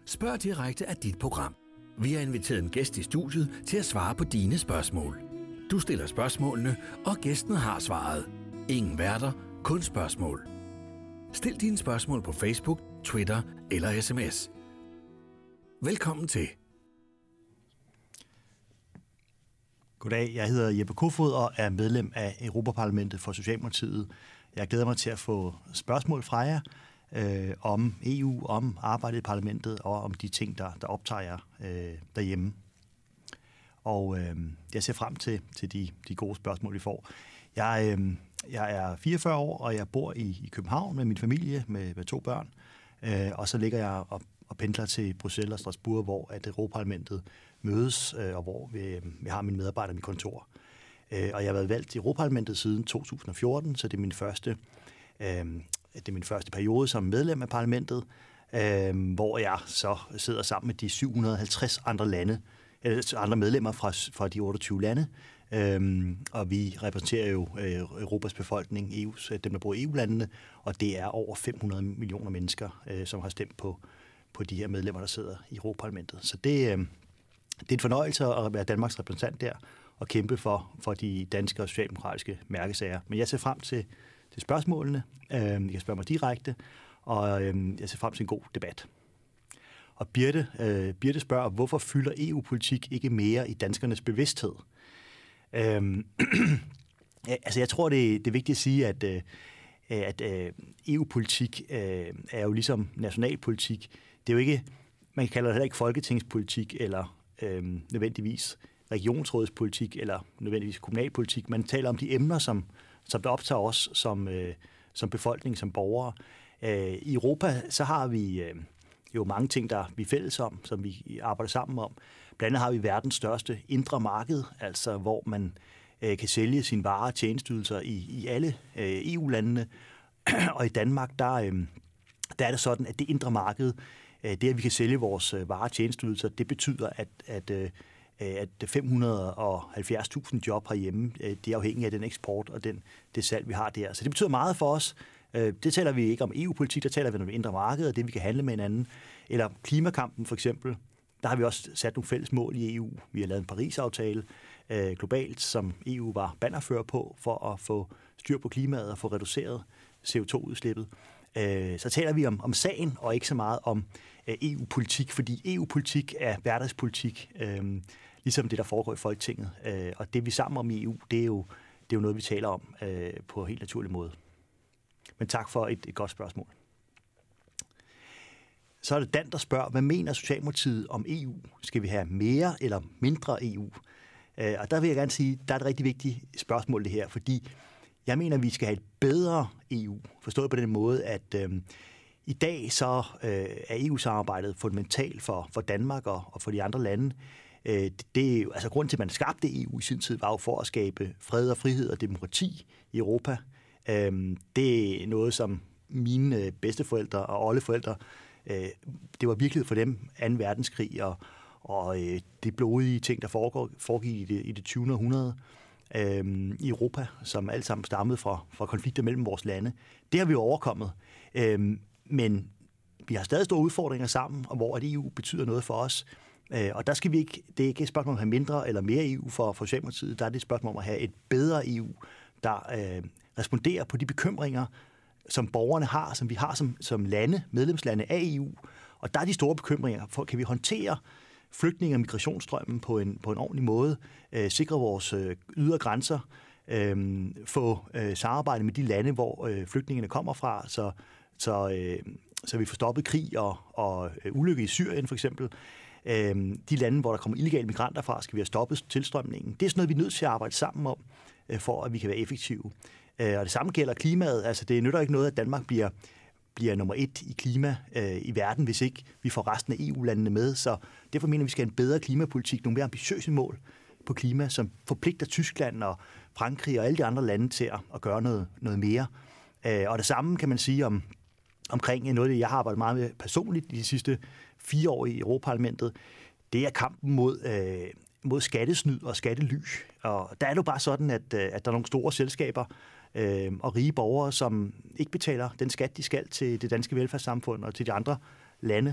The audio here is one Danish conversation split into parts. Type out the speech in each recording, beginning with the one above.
Spørg direkte af dit program. Vi har inviteret en gæst i studiet til at svare på dine spørgsmål. Du stiller spørgsmålene, og gæsten har svaret. Ingen værter, kun spørgsmål. Stil dine spørgsmål på Facebook, Twitter eller sms. Velkommen til. Goddag, jeg hedder Jeppe Kofod og er medlem af Europaparlamentet for Socialdemokratiet. Jeg glæder mig til at få spørgsmål fra jer om EU, om arbejdet i parlamentet og om de ting, der optager jer derhjemme. Og jeg ser frem til de gode spørgsmål, vi får. Jeg er 44 år, og jeg bor i København med min familie, med 2 børn. Og så ligger jeg og pendler til Bruxelles og Strasbourg, hvor at Europaparlamentet mødes, og hvor vi har mine medarbejdere i mit kontor. Og jeg har været valgt i Europaparlamentet siden 2014, så det er min første periode som medlem af parlamentet, hvor jeg så sidder sammen med de 750 andre medlemmer fra de 28 lande. Og vi repræsenterer jo Europas befolkning, dem der bor i EU-landene, og det er over 500 millioner mennesker, som har stemt på de her medlemmer, der sidder i Europaparlamentet. Så det er en fornøjelse at være Danmarks repræsentant der og kæmpe for de danske og socialdemokratiske mærkesager. Men jeg ser frem til spørgsmålene. I kan spørge mig direkte, og jeg ser frem til en god debat. Og Birte spørger, hvorfor fylder EU-politik ikke mere i danskernes bevidsthed? Altså jeg tror, det er vigtigt at sige, at EU-politik er jo ligesom nationalpolitik. Det er jo ikke, man kalder det heller ikke folketingspolitik eller nødvendigvis regionsrådspolitik eller nødvendigvis kommunalpolitik. Man taler om de emner, som der optager os som befolkning, som borgere. I Europa så har vi jo mange ting, der vi er fælles om, som vi arbejder sammen om. Blandt andet har vi verdens største indre marked, altså hvor man kan sælge sine varer og tjenesteydelser i alle EU-landene. Og i Danmark, der er det sådan, at det indre marked, det at vi kan sælge vores varer og tjenesteydelser, det betyder, at 570.000 job herhjemme, det er afhængigt af den eksport og det salg, vi har der. Så det betyder meget for os. Det taler vi ikke om EU-politik, der taler vi om indre marked og det, vi kan handle med hinanden. Eller klimakampen for eksempel. Der har vi også sat nogle fælles mål i EU. Vi har lavet en Paris-aftale globalt, som EU var bannerfører på for at få styr på klimaet og få reduceret CO2-udslippet. Så taler vi om sagen og ikke så meget om EU-politik, fordi EU-politik er hverdagspolitik, ligesom det, der foregår i Folketinget. Og det, vi sammen om i EU, det er jo noget, vi taler om på en helt naturlig måde. Men tak for et godt spørgsmål. Så er det Dan, der spørger, hvad mener Socialdemokratiet om EU? Skal vi have mere eller mindre EU? Og der vil jeg gerne sige, der er et rigtig vigtigt spørgsmål det her, fordi jeg mener, at vi skal have et bedre EU. Forstået på den måde, at i dag så er EU-samarbejdet fundamentalt for Danmark og for de andre lande. Det er jo, altså grunden til, at man skabte EU i sin tid, var jo for at skabe fred og frihed og demokrati i Europa. Det er noget, som mine bedsteforældre og oldeforældre, det var virkelighed for dem, 2. verdenskrig og det blodige ting, der foregik i det 20. århundrede i Europa, som alt sammen stammede fra konflikter mellem vores lande. Det har vi jo overkommet. Men vi har stadig store udfordringer sammen, og hvor at EU betyder noget for os. Og der skal vi ikke, det er ikke et spørgsmål om at have mindre eller mere EU for Socialdemokratiet, der er det et spørgsmål om at have et bedre EU, der responderer på de bekymringer, som borgerne har, som vi har som lande, medlemslande af EU. Og der er de store bekymringer for, kan vi håndtere flygtninge- og migrationsstrømmen på en ordentlig måde, sikre vores ydre grænser, få samarbejde med de lande, hvor flygtningene kommer fra, så vi får stoppet krig og ulykke i Syrien for eksempel. De lande, hvor der kommer illegale migranter fra, skal vi have stoppet tilstrømningen. Det er sådan noget, vi er nødt til at arbejde sammen om, for at vi kan være effektive. Og det samme gælder klimaet. Altså, det nytter ikke noget, at Danmark bliver nummer 1 i klima i verden, hvis ikke vi får resten af EU-landene med. Så derfor mener vi, skal have en bedre klimapolitik, nogle mere ambitiøse mål på klima, som forpligter Tyskland og Frankrig og alle de andre lande til at gøre noget mere. Og det samme kan man sige omkring noget af det, jeg har arbejdet meget med personligt i de sidste 4 år i Europaparlamentet. Det er kampen mod skattesnyd og skattely. Og der er det jo bare sådan, at der er nogle store selskaber og rige borgere, som ikke betaler den skat, de skal til det danske velfærdssamfund og til de andre lande.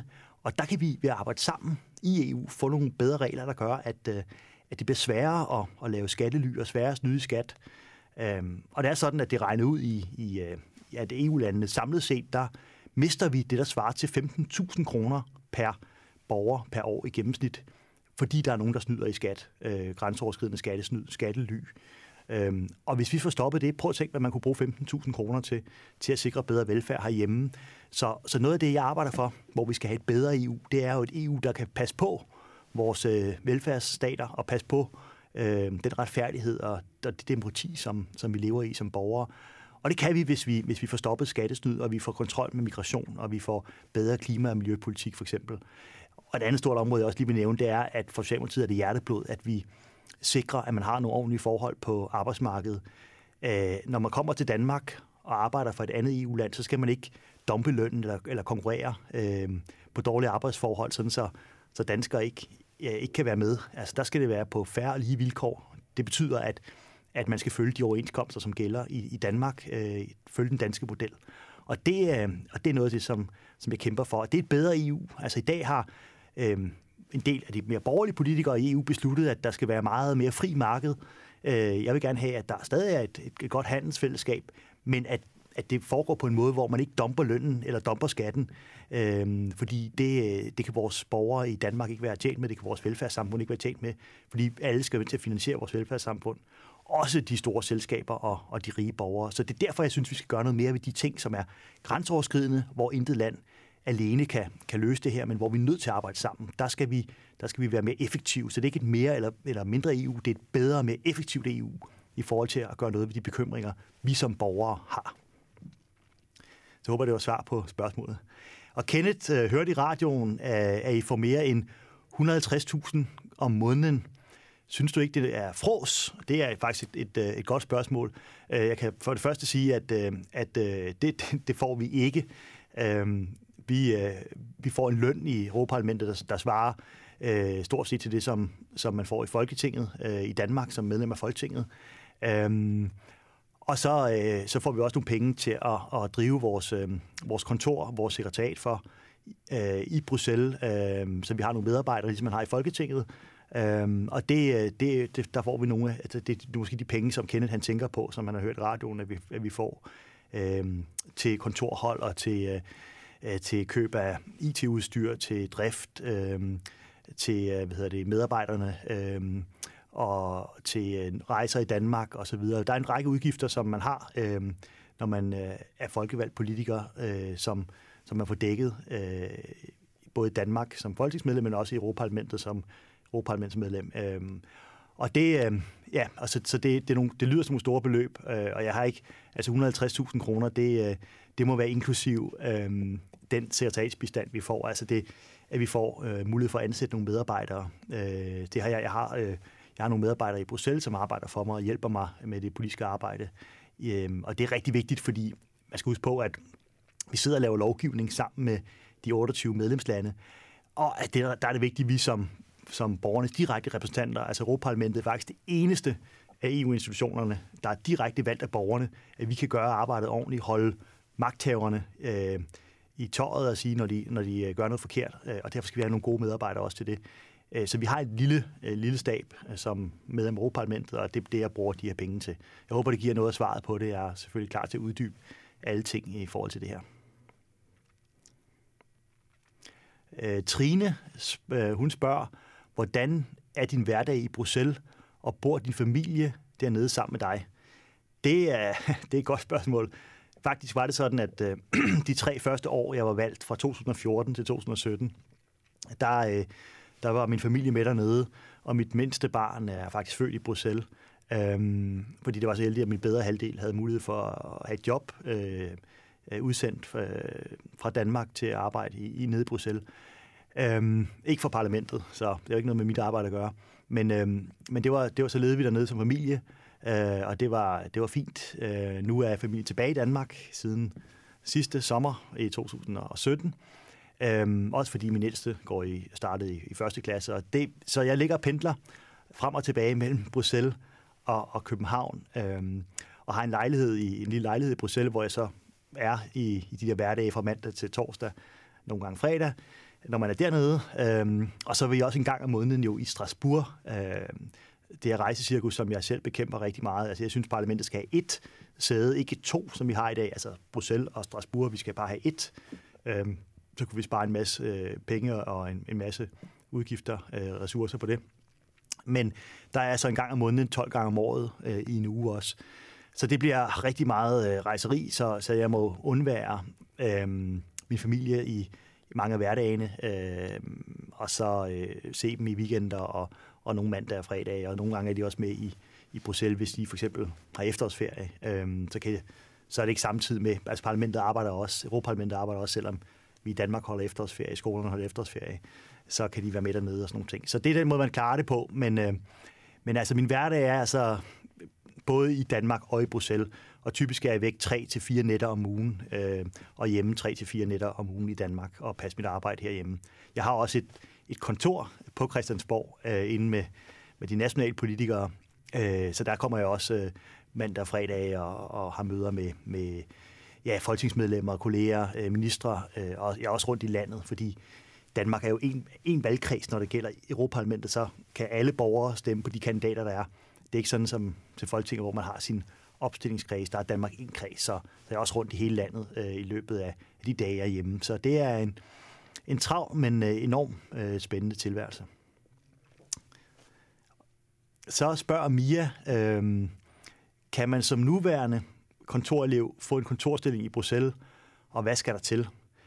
Og der kan vi ved at arbejde sammen i EU få nogle bedre regler, der gør, at det bliver sværere at lave skattely og sværere at snyde skat. Og det er sådan, at det regner ud at EU-landene samlet set, der mister vi det, der svarer til 15.000 kroner per borger per år i gennemsnit, fordi der er nogen, der snyder i skat, grænseoverskridende skattesnyd, skattely. Og hvis vi får stoppet det, prøv at tænke, hvad man kunne bruge 15.000 kroner til at sikre bedre velfærd herhjemme. Så noget af det, jeg arbejder for, hvor vi skal have et bedre EU, det er jo et EU, der kan passe på vores velfærdsstater og passe på den retfærdighed og det demokrati, som vi lever i som borgere. Og det kan vi, hvis vi får stoppet skattesnyd, og vi får kontrol med migration, og vi får bedre klima- og miljøpolitik for eksempel. Og et andet stort område, jeg også lige vil nævne, det er, at for Socialdemokratiet er det hjerteblod, at vi sikrer, at man har nogle ordentlige forhold på arbejdsmarkedet. Når man kommer til Danmark og arbejder for et andet EU-land, så skal man ikke dumpe lønnen eller konkurrere på dårlige arbejdsforhold, sådan så danskere ikke kan være med. Altså, der skal det være på fair og lige vilkår. Det betyder, at man skal følge de overenskomster, som gælder i Danmark, følge den danske model. Og det er noget af det, som jeg kæmper for. Det er et bedre EU. Altså i dag har en del af de mere borgerlige politikere i EU besluttet, at der skal være meget mere fri marked. Jeg vil gerne have, at der stadig er et godt handelsfællesskab, men at det foregår på en måde, hvor man ikke dumper lønnen eller dumper skatten, fordi det kan vores borgere i Danmark ikke være tjent med, det kan vores velfærdssamfund ikke være tjent med, fordi alle skal være til at finansiere vores velfærdssamfund. Også de store selskaber og de rige borgere. Så det er derfor, jeg synes, vi skal gøre noget mere ved de ting, som er grænseoverskridende, hvor intet land alene kan løse det her, men hvor vi er nødt til at arbejde sammen. Der skal vi være mere effektive. Så det er ikke et mere eller mindre EU, det er et bedre, mere effektivt EU i forhold til at gøre noget ved de bekymringer, vi som borgere har. Så håber, det var svar på spørgsmålet. Og Kenneth hørte i radioen, at I får mere end 150.000 om måneden. Synes du ikke, det er frås? Det er faktisk et godt spørgsmål. Jeg kan for det første sige, at det får vi ikke. Vi får en løn i Europaparlamentet, der svarer stort set til det, som man får i Folketinget i Danmark som medlem af Folketinget. Og så får vi også nogle penge til at drive vores kontor, vores sekretariat i Bruxelles, så vi har nogle medarbejdere, ligesom man har i Folketinget. Og der får vi nogle, altså det er måske de penge, som Kenneth han tænker på, som han har hørt i radioen, at vi får til kontorhold og til køb af IT-udstyr, til drift, til medarbejderne og til rejser i Danmark og så videre. Der er en række udgifter, som man har, når man er folkevalgt politiker, som man får dækket både i Danmark som folketingsmedlem, men også i Europaparlamentet som Europaparlamentsmedlem. Og det, det lyder som et store beløb, og jeg har ikke, altså 150.000 kroner, det må være inklusiv den sekretariatsbistand, vi får. Altså det, at vi får mulighed for at ansætte nogle medarbejdere. Det har jeg har nogle medarbejdere i Bruxelles, som arbejder for mig og hjælper mig med det politiske arbejde. Og det er rigtig vigtigt, fordi man skal huske på, at vi sidder og laver lovgivning sammen med de 28 medlemslande, og at der er det vigtigt, at vi som borgernes direkte repræsentanter, altså Europaparlamentet er faktisk det eneste af EU-institutionerne, der er direkte valgt af borgerne, at vi kan gøre arbejdet ordentligt, holde magthaverne i tøjet og sige, når de gør noget forkert, og derfor skal vi have nogle gode medarbejdere også til det. Så vi har et lille stab som medlem af Europaparlamentet, og det er det, jeg bruger de her penge til. Jeg håber, det giver noget af svaret på det. Jeg er selvfølgelig klar til at uddybe alle ting i forhold til det her. Trine, hun spørger, hvordan er din hverdag i Bruxelles, og bor din familie dernede sammen med dig? Det er et godt spørgsmål. Faktisk var det sådan, at de 3 første år, jeg var valgt fra 2014 til 2017, der var min familie med dernede, og mit mindste barn er faktisk født i Bruxelles, fordi det var så heldigt, at min bedre halvdel havde mulighed for at have et job udsendt fra Danmark til at arbejde nede i Bruxelles. Ikke for parlamentet, så det er ikke noget med mit arbejde at gøre. Men det var så levede vi dernede som familie, og det var fint. Nu er familien tilbage i Danmark siden sidste sommer i 2017. Også fordi min ældste startede i første klasse. Så jeg ligger og pendler frem og tilbage mellem Bruxelles og København. Og har en lille lejlighed i Bruxelles, hvor jeg så er i de der hverdage fra mandag til torsdag, nogle gange fredag. når man er dernede. Og så vil jeg også en gang om måneden jo i Strasbourg. Det er rejsecirkus, som jeg selv bekæmper rigtig meget. Altså, jeg synes, parlamentet skal have ét sæde, ikke 2, som vi har i dag. Altså Bruxelles og Strasbourg, vi skal bare have ét. Så kunne vi spare en masse penge og en masse udgifter, ressourcer på det. Men der er altså en gang om måneden, 12 gange om året i en uge også. Så det bliver rigtig meget rejseri, så jeg må undvære min familie i mange af hverdagene, og så se dem i weekender og nogle mandag og fredag, og nogle gange er de også med i Bruxelles, hvis de for eksempel har efterårsferie. Så er det ikke samtidig med, altså parlamentet arbejder også, Europaparlamentet arbejder også, selvom vi i Danmark holder efterårsferie, skolerne holder efterårsferie, så kan de være med dernede og sådan nogle ting. Så det er den måde, man klarer det på, men altså min hverdag er altså både i Danmark og i Bruxelles, og typisk er jeg væk 3-4 nætter om ugen, og hjemme 3-4 nætter om ugen i Danmark, og passe mit arbejde herhjemme. Jeg har også et kontor på Christiansborg inde med de nationale politikere, så der kommer jeg også mandag og fredag og har møder med folketingsmedlemmer, kolleger, ministre, og jeg er også rundt i landet, fordi Danmark er jo en valgkreds, når det gælder Europaparlamentet, så kan alle borgere stemme på de kandidater, der er. Det er ikke sådan som til Folketinget, hvor man har sin opstillingskreds. Der er Danmark en kreds, så jeg er også rundt i hele landet i løbet af de dage, jeg er hjemme. Så det er en travl, men enormt spændende tilværelse. Så spørger Mia, kan man som nuværende kontorelev få en kontorstilling i Bruxelles, og hvad skal der til?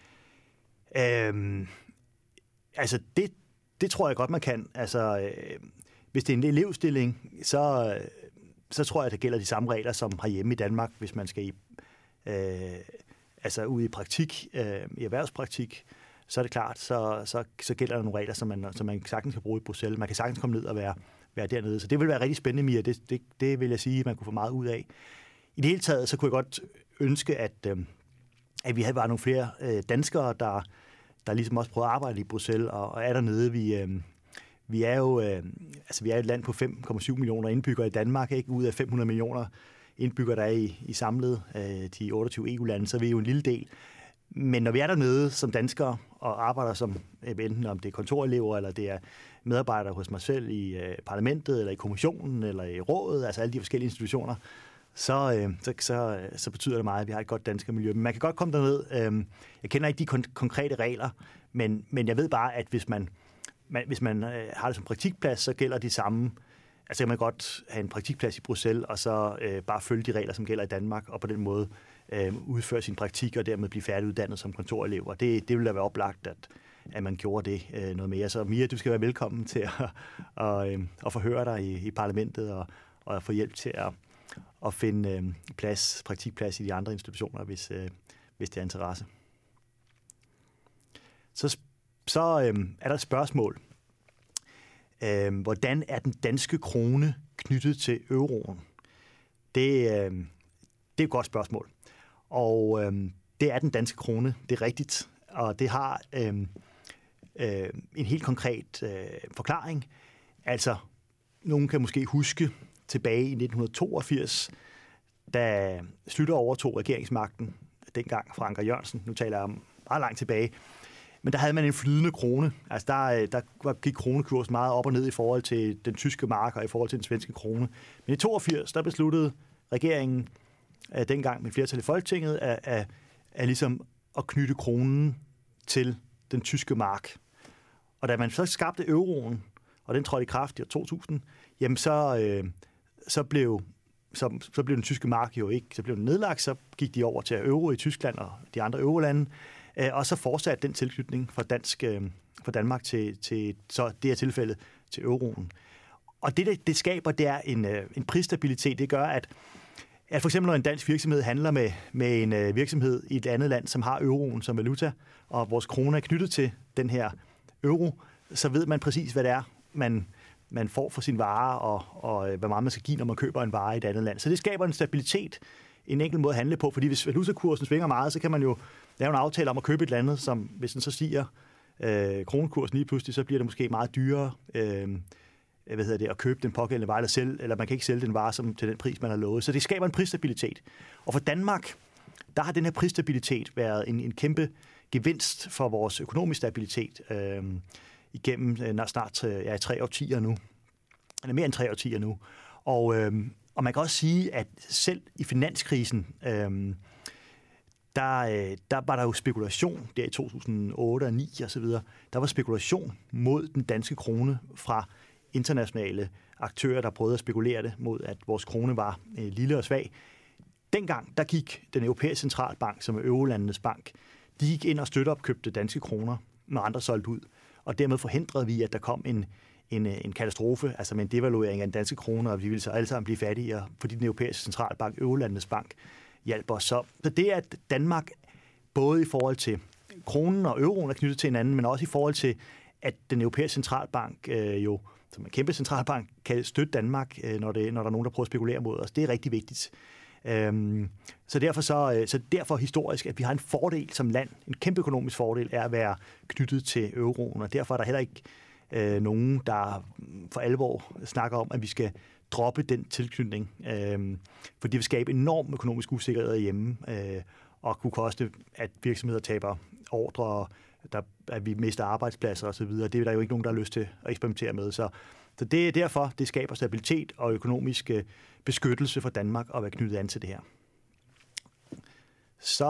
Altså, det tror jeg godt, man kan. Altså, hvis det er en elevstilling, så tror jeg, at det gælder de samme regler, som herhjemme i Danmark, hvis man skal ud i praktik, i erhvervspraktik, så er det klart, så gælder der nogle regler, som man sagtens kan bruge i Bruxelles. Man kan sagtens komme ned og være dernede. Så det vil være rigtig spændende, Mia. Det vil jeg sige, at man kunne få meget ud af. I det hele taget, så kunne jeg godt ønske, at vi havde bare nogle flere danskere, der ligesom også prøver at arbejde i Bruxelles og er dernede. Vi er jo vi er et land på 5,7 millioner indbyggere i Danmark, ikke? Ud af 500 millioner indbyggere, der er i samlet de 28 EU-lande, så er vi jo en lille del. Men når vi er dernede som danskere og arbejder som enten om det er kontorelever, eller det er medarbejdere hos mig selv i parlamentet, eller i kommissionen, eller i rådet, altså alle de forskellige institutioner, så betyder det meget, at vi har et godt dansk miljø. Men man kan godt komme derned. Jeg kender ikke de konkrete regler, men jeg ved bare, at hvis man har det som praktikplads, så gælder de samme. Altså kan man godt have en praktikplads i Bruxelles, og så bare følge de regler, som gælder i Danmark, og på den måde udføre sin praktik, og dermed blive færdiguddannet som kontorelev. Og det ville da være oplagt, at man gjorde det noget mere. Så Mia, du skal være velkommen til at forhøre dig i parlamentet, og få hjælp til at finde praktikplads i de andre institutioner, hvis det er interesse. Så er der et spørgsmål. Hvordan er den danske krone knyttet til euroen? Det er et godt spørgsmål. Og det er den danske krone, det er rigtigt. Og det har en helt konkret forklaring. Altså, nogen kan måske huske tilbage i 1982, da Schlüter overtog regeringsmagten, dengang fra Anker Jørgensen, nu taler jeg om meget langt tilbage, men der havde man en flydende krone. Altså der gik kronekursen meget op og ned i forhold til den tyske mark og i forhold til den svenske krone. Men i 82, der besluttede regeringen dengang med flertal i Folketinget at ligesom at knytte kronen til den tyske mark. Og da man så skabte euroen, og den trådte i kraft i år 2000, jamen så blev den tyske mark jo ikke, så blev den nedlagt, så gik de over til euro i Tyskland og de andre eurolande, og så fortsatte den tilknytning fra Danmark til så det her tilfælde til euroen. Og det skaber, det er en prisstabilitet. Det gør, at for eksempel når en dansk virksomhed handler med en virksomhed i et andet land, som har euroen som valuta, og vores krone er knyttet til den her euro, så ved man præcis, hvad det er, man får for sine varer, og hvor meget man skal give, når man køber en vare i et andet land. Så det skaber en stabilitet, en enkelt måde at handle på, fordi hvis valutakursen svinger meget, så kan man jo lave en aftale om at købe et eller andet, som hvis den så stiger kronekursen lige pludselig, så bliver det måske meget dyrere at købe den pågældende vare eller man kan ikke sælge den vare til den pris, man har lovet. Så det skaber en prisstabilitet. Og for Danmark, der har den her prisstabilitet været en gevinst for vores økonomiske stabilitet igennem snart 3 årtier nu. Eller mere end 3 årtier nu. Og man kan også sige, at selv i finanskrisen, der var der jo spekulation der i 2008 og 2009 og så videre. Der var spekulation mod den danske krone fra internationale aktører, der prøvede at spekulere det mod, at vores krone var lille og svag. Dengang, der gik den europæiske centralbank, som er eurolandenes bank, de gik ind og støtteopkøbte danske kroner, når andre solgte ud. Og dermed forhindrede vi, at der kom en katastrofe, altså med en devaluering af den danske krone, og vi ville så alle sammen blive fattigere, fordi den europæiske centralbank, eurolandenes bank, hjalp os. Så det, at Danmark både i forhold til kronen og euroen er knyttet til hinanden, men også i forhold til, at den europæiske centralbank jo, som en kæmpe centralbank, kan støtte Danmark, når der er nogen, der prøver at spekulere mod os. Det er rigtig vigtigt. Så derfor historisk, at vi har en fordel som land, en kæmpe økonomisk fordel, er at være knyttet til euroen, og derfor er der heller ikke nogen, der for alvor snakker om, at vi skal droppe den tilknytning, for det vil skabe enorm økonomisk usikkerhed hjemme, og kunne koste, at virksomheder taber ordre, at vi mister arbejdspladser osv. Det er der jo ikke nogen, der har lyst til at eksperimentere med. Så det er derfor, det skaber stabilitet og økonomisk beskyttelse for Danmark at være knyttet an til det her. Så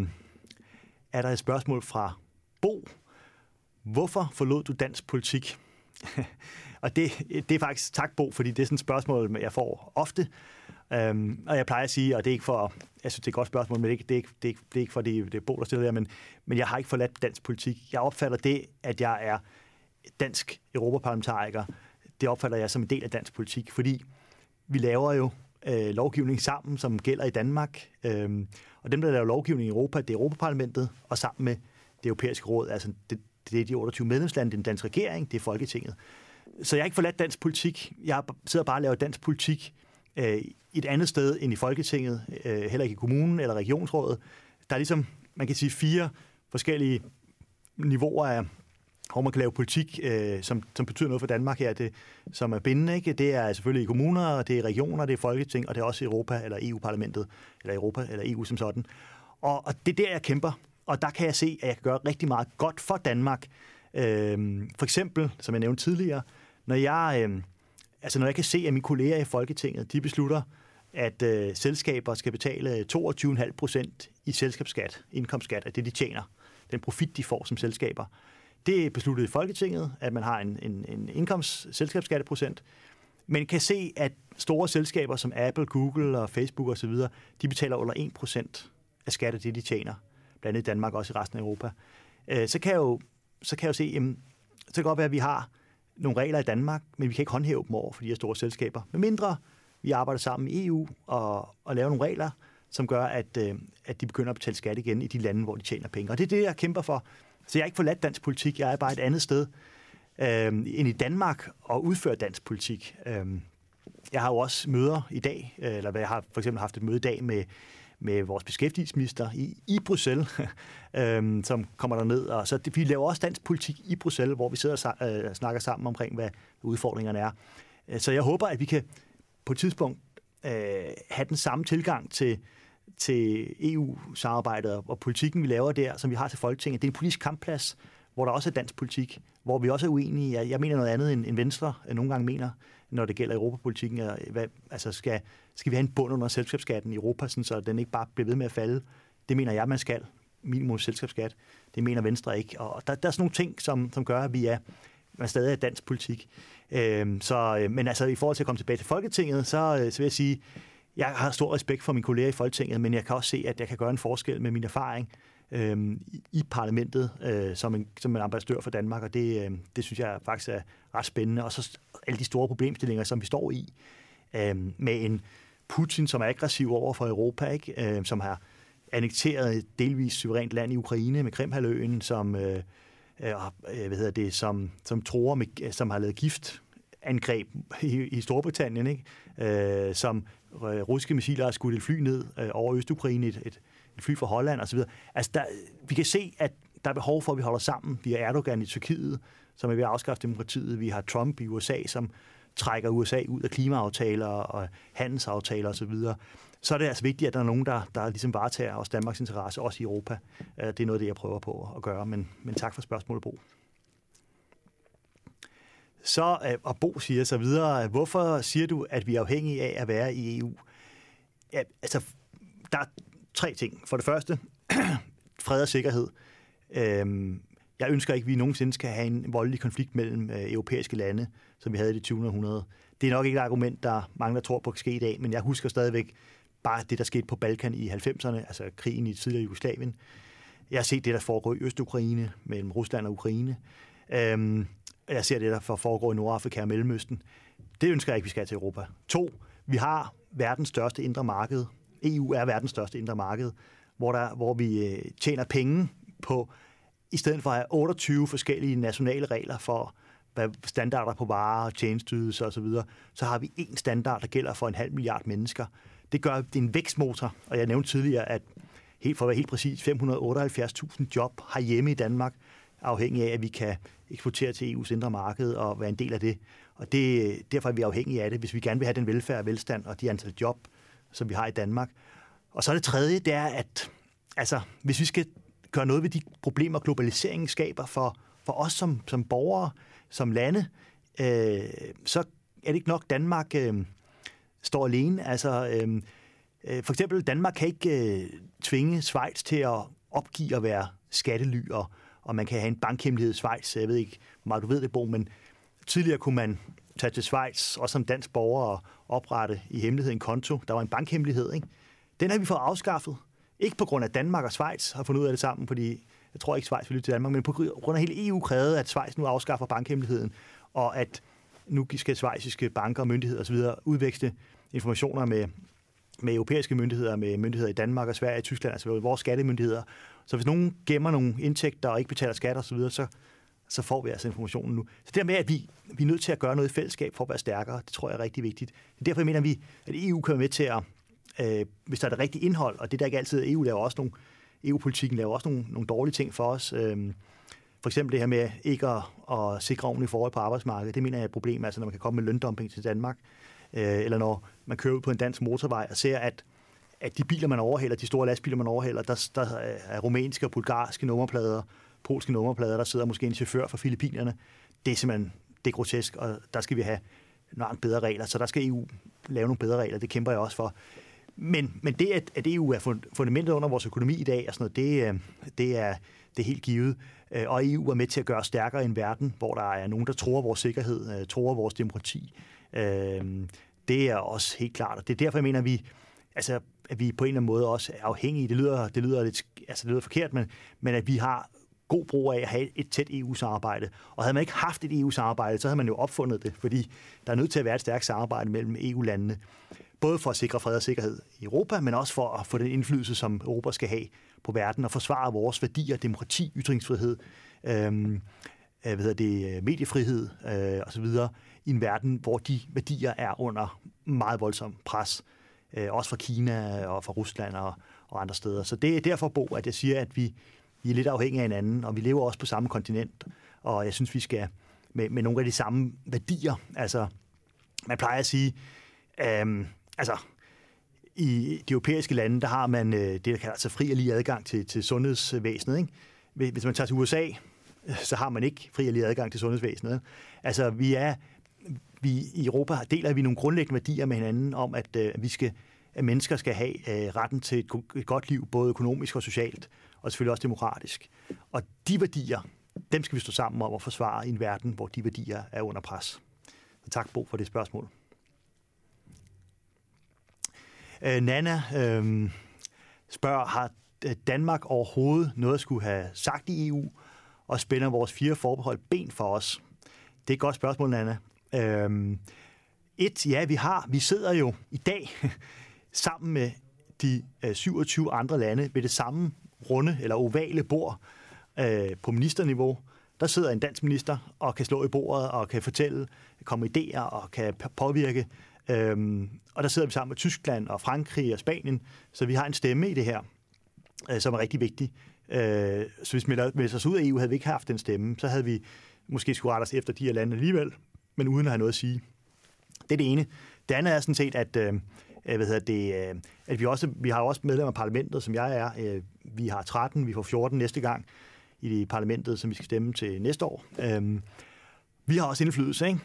er der et spørgsmål fra Bo. Hvorfor forlod du dansk politik? Og det er faktisk tak, Bo, fordi det er sådan et spørgsmål, jeg får ofte. Og jeg plejer at sige, og det er ikke for, jeg synes, det er et godt spørgsmål, men det er ikke for, det er Bo, der stiller der, men jeg har ikke forladt dansk politik. Jeg opfatter det, at jeg er dansk europaparlamentariker, det opfatter jeg som en del af dansk politik, fordi vi laver jo lovgivning sammen, som gælder i Danmark. Og dem, der laver lovgivning i Europa, det er Europaparlamentet, og sammen med det europæiske råd, altså det er de 28 medlemslande, det er den danske regering, det er Folketinget. Så jeg har ikke forladt dansk politik. Jeg sidder bare og laver dansk politik et andet sted end i Folketinget, heller ikke i kommunen eller regionsrådet. Der er ligesom, man kan sige, 4 forskellige niveauer af, hvor man kan lave politik, som betyder noget for Danmark her, som er bindende. Ikke? Det er selvfølgelig i kommuner, det er regioner, det er Folketing, og det er også Europa eller EU-parlamentet, eller Europa eller EU som sådan. Og det er der, jeg kæmper. Og der kan jeg se, at jeg kan gøre rigtig meget godt for Danmark. For eksempel, som jeg nævnte tidligere, når jeg kan se, at mine kolleger i Folketinget, de beslutter, at selskaber skal betale 22,5% i selskabsskat, indkomstskat af det, de tjener. Den profit, de får som selskaber. Det er besluttet i Folketinget, at man har en selskabsskatteprocent. Men kan se, at store selskaber som Apple, Google og Facebook osv., de betaler under 1% af skat af det, de tjener. Blandt andet i Danmark, også i resten af Europa. Så kan jeg jo se, så kan det godt være, at vi har nogle regler i Danmark, men vi kan ikke håndhæve dem over for de her store selskaber. Med mindre vi arbejder sammen i EU og laver nogle regler, som gør, at de begynder at betale skat igen i de lande, hvor de tjener penge. Og det er det, jeg kæmper for. Så jeg er ikke forladt dansk politik. Jeg er bare et andet sted end i Danmark og udfører dansk politik. Jeg har jo også møder i dag, eller jeg har for eksempel haft et møde i dag med vores beskæftigelsesminister i Bruxelles, som kommer derned. Og så vi laver også dansk politik i Bruxelles, hvor vi sidder og snakker sammen omkring, hvad udfordringerne er. Så jeg håber, at vi kan på et tidspunkt have den samme tilgang til EU-samarbejdet og politikken, vi laver der, som vi har til Folketinget. Det er en politisk kampplads, hvor der også er dansk politik, hvor vi også er uenige. Jeg mener noget andet, end Venstre nogle gange mener, når det gælder europapolitikken. Altså skal vi have en bund under selskabsskatten i Europa, sådan, så den ikke bare bliver ved med at falde? Det mener jeg, man skal. Minimum selskabsskat. Det mener Venstre ikke. Og der er sådan nogle ting, som gør, at man stadig er dansk politik. Men altså i forhold til at komme tilbage til Folketinget, så vil jeg sige, jeg har stor respekt for mine kolleger i Folketinget, men jeg kan også se, at jeg kan gøre en forskel med min erfaring i parlamentet som en ambassadør for Danmark, og det synes jeg faktisk er ret spændende. Og så alle de store problemstillinger, som vi står i, med en Putin, som er aggressiv over for Europa, ikke? Som har annekteret et delvis suverænt land i Ukraine med Krimhalvøen, som tror med, som har lavet giftangreb i Storbritannien, ikke? Som russiske missiler har skudt et fly ned over Østukraine, et fly fra Holland osv. Altså vi kan se, at der er behov for, at vi holder sammen. Vi har Erdogan i Tyrkiet, som er ved at afskaffe demokratiet. Vi har Trump i USA, som trækker USA ud af klimaaftaler og handelsaftaler osv. så er det altså vigtigt, at der er nogen, der ligesom varetager også Danmarks interesse, også i Europa. Det er noget af det, jeg prøver på at gøre, men tak for spørgsmålet, Bo. Så, og Bo siger så videre, hvorfor siger du, at vi er afhængige af at være i EU? Ja, altså, der er 3 ting. For det første, fred og sikkerhed. Jeg ønsker ikke, at vi nogensinde skal have en voldelig konflikt mellem europæiske lande, som vi havde i det 20. århundrede. Det er nok ikke et argument, der mange der tror på kan ske i dag, men jeg husker stadigvæk bare det, der skete på Balkan i 90'erne, altså krigen i tidligere Jugoslavien. Jeg har set det, der foregår i Øst-Ukraine, mellem Rusland og Ukraine. Jeg ser det, der foregår i Nordafrika og Mellemøsten. Det ønsker jeg ikke, vi skal til Europa. 2. Vi har verdens største indre marked. EU er verdens største indre marked, hvor vi tjener penge på, i stedet for at have 28 forskellige nationale regler for standarder på varer, tjenesteydelser osv., så har vi én standard, der gælder for 500 milliarder mennesker. Det gør, det er en vækstmotor, og jeg nævnte tidligere, at for at være helt præcis, 578.000 job herhjemme i Danmark, afhængig af, at vi kan eksportere til EU's indre marked og være en del af det. Og derfor er vi afhængige af det, hvis vi gerne vil have den velfærd og velstand og de antal job, som vi har i Danmark. Og så det tredje, det er, at altså, hvis vi skal gøre noget ved de problemer, globaliseringen skaber for os som borgere, som lande, så er det ikke nok, Danmark står alene. Altså, for eksempel, Danmark kan ikke tvinge Schweiz til at opgive at være skattely, og man kan have en bankhemmelighed i Schweiz. Jeg ved ikke, hvor meget du ved det, Bo, men tidligere kunne man tage til Schweiz, også som dansk borger, og oprette i hemmelighed en konto. Der var en bankhemmelighed, ikke? Den har vi fået afskaffet. Ikke på grund af Danmark og Schweiz har fundet ud af det sammen, fordi jeg tror ikke, Schweiz vil lytte til Danmark, men på grund af hele EU krævede, at Schweiz nu afskaffer bankhemmeligheden, og at nu skal schweiziske banker og myndigheder osv. udveksle informationer med europæiske myndigheder, med myndigheder i Danmark og Sverige og Tyskland, altså vores skattemyndigheder. Så hvis nogen gemmer nogle indtægter og ikke betaler skat osv., så får vi altså informationen nu. Så dermed, at vi er nødt til at gøre noget i fællesskab for at være stærkere, det tror jeg er rigtig vigtigt. Derfor mener vi, at EU kan være med til at, hvis der er det rigtige indhold, og det der ikke altid, EU-politikken laver også nogle dårlige ting for os. For eksempel det her med ikke at sikre ordentlige forhold på arbejdsmarkedet, det mener jeg er et problem, altså når man kan komme med løndumping til Danmark, eller når man kører ud på en dansk motorvej og ser, at de biler, man overhælder, de store lastbiler, man overhælder, der er rumænske og bulgarske nummerplader, polske nummerplader, der sidder måske en chauffør fra Filippinerne. Det er simpelthen det er grotesk, og der skal vi have nogle bedre regler, så der skal EU lave nogle bedre regler, det kæmper jeg også for. Men det, at EU er fundamentet under vores økonomi i dag, og sådan noget, det er helt givet. Og EU er med til at gøre os stærkere i en verden, hvor der er nogen, der tror vores sikkerhed, tror vores demokrati. Det er også helt klart, og det er derfor, jeg mener, at vi på en eller anden måde også er afhængige. Det lyder forkert, men at vi har god brug af at have et tæt EU-samarbejde. Og havde man ikke haft et EU-samarbejde, så havde man jo opfundet det, fordi der er nødt til at være et stærkt samarbejde mellem EU-landene. Både for at sikre fred og sikkerhed i Europa, men også for at få den indflydelse, som Europa skal have på verden, og forsvare vores værdier, demokrati, ytringsfrihed, mediefrihed osv. i en verden, hvor de værdier er under meget voldsom pres. Også fra Kina og fra Rusland og andre steder. Så det er derfor, Bo, at jeg siger, at vi er lidt afhængige af hinanden, og vi lever også på samme kontinent. Og jeg synes, vi skal med nogle af de samme værdier. Altså, man plejer at sige, i de europæiske lande, der har man det, der kalder sig fri og lige adgang til sundhedsvæsenet. Ikke? Hvis man tager til USA, så har man ikke fri og lige adgang til sundhedsvæsenet. Altså, vi i Europa deler vi nogle grundlæggende værdier med hinanden om, at mennesker skal have retten til et godt liv, både økonomisk og socialt, og selvfølgelig også demokratisk. Og de værdier, dem skal vi stå sammen om at forsvare i en verden, hvor de værdier er under pres. Så tak, Bo, for det spørgsmål. Nana spørger, har Danmark overhovedet noget at skulle have sagt i EU, og spænder vores 4 forbehold ben for os? Det er et godt spørgsmål, Nana. Vi sidder jo i dag sammen med de 27 andre lande ved det samme runde eller ovale bord på ministerniveau. Der sidder en dansk minister og kan slå i bordet og kan fortælle, komme idéer og kan påvirke. Og der sidder vi sammen med Tyskland og Frankrig og Spanien, så vi har en stemme i det her, som er rigtig vigtig. Så hvis vi meldte os ud af EU, havde vi ikke haft den stemme, så havde vi måske skulle rette os efter de her lande alligevel, men uden at have noget at sige. Det er det ene. Det andet er sådan set, at vi har også medlemmer af parlamentet, som jeg er. Vi har 13, vi får 14 næste gang i parlamentet, som vi skal stemme til næste år. Vi har også indflydelse, ikke?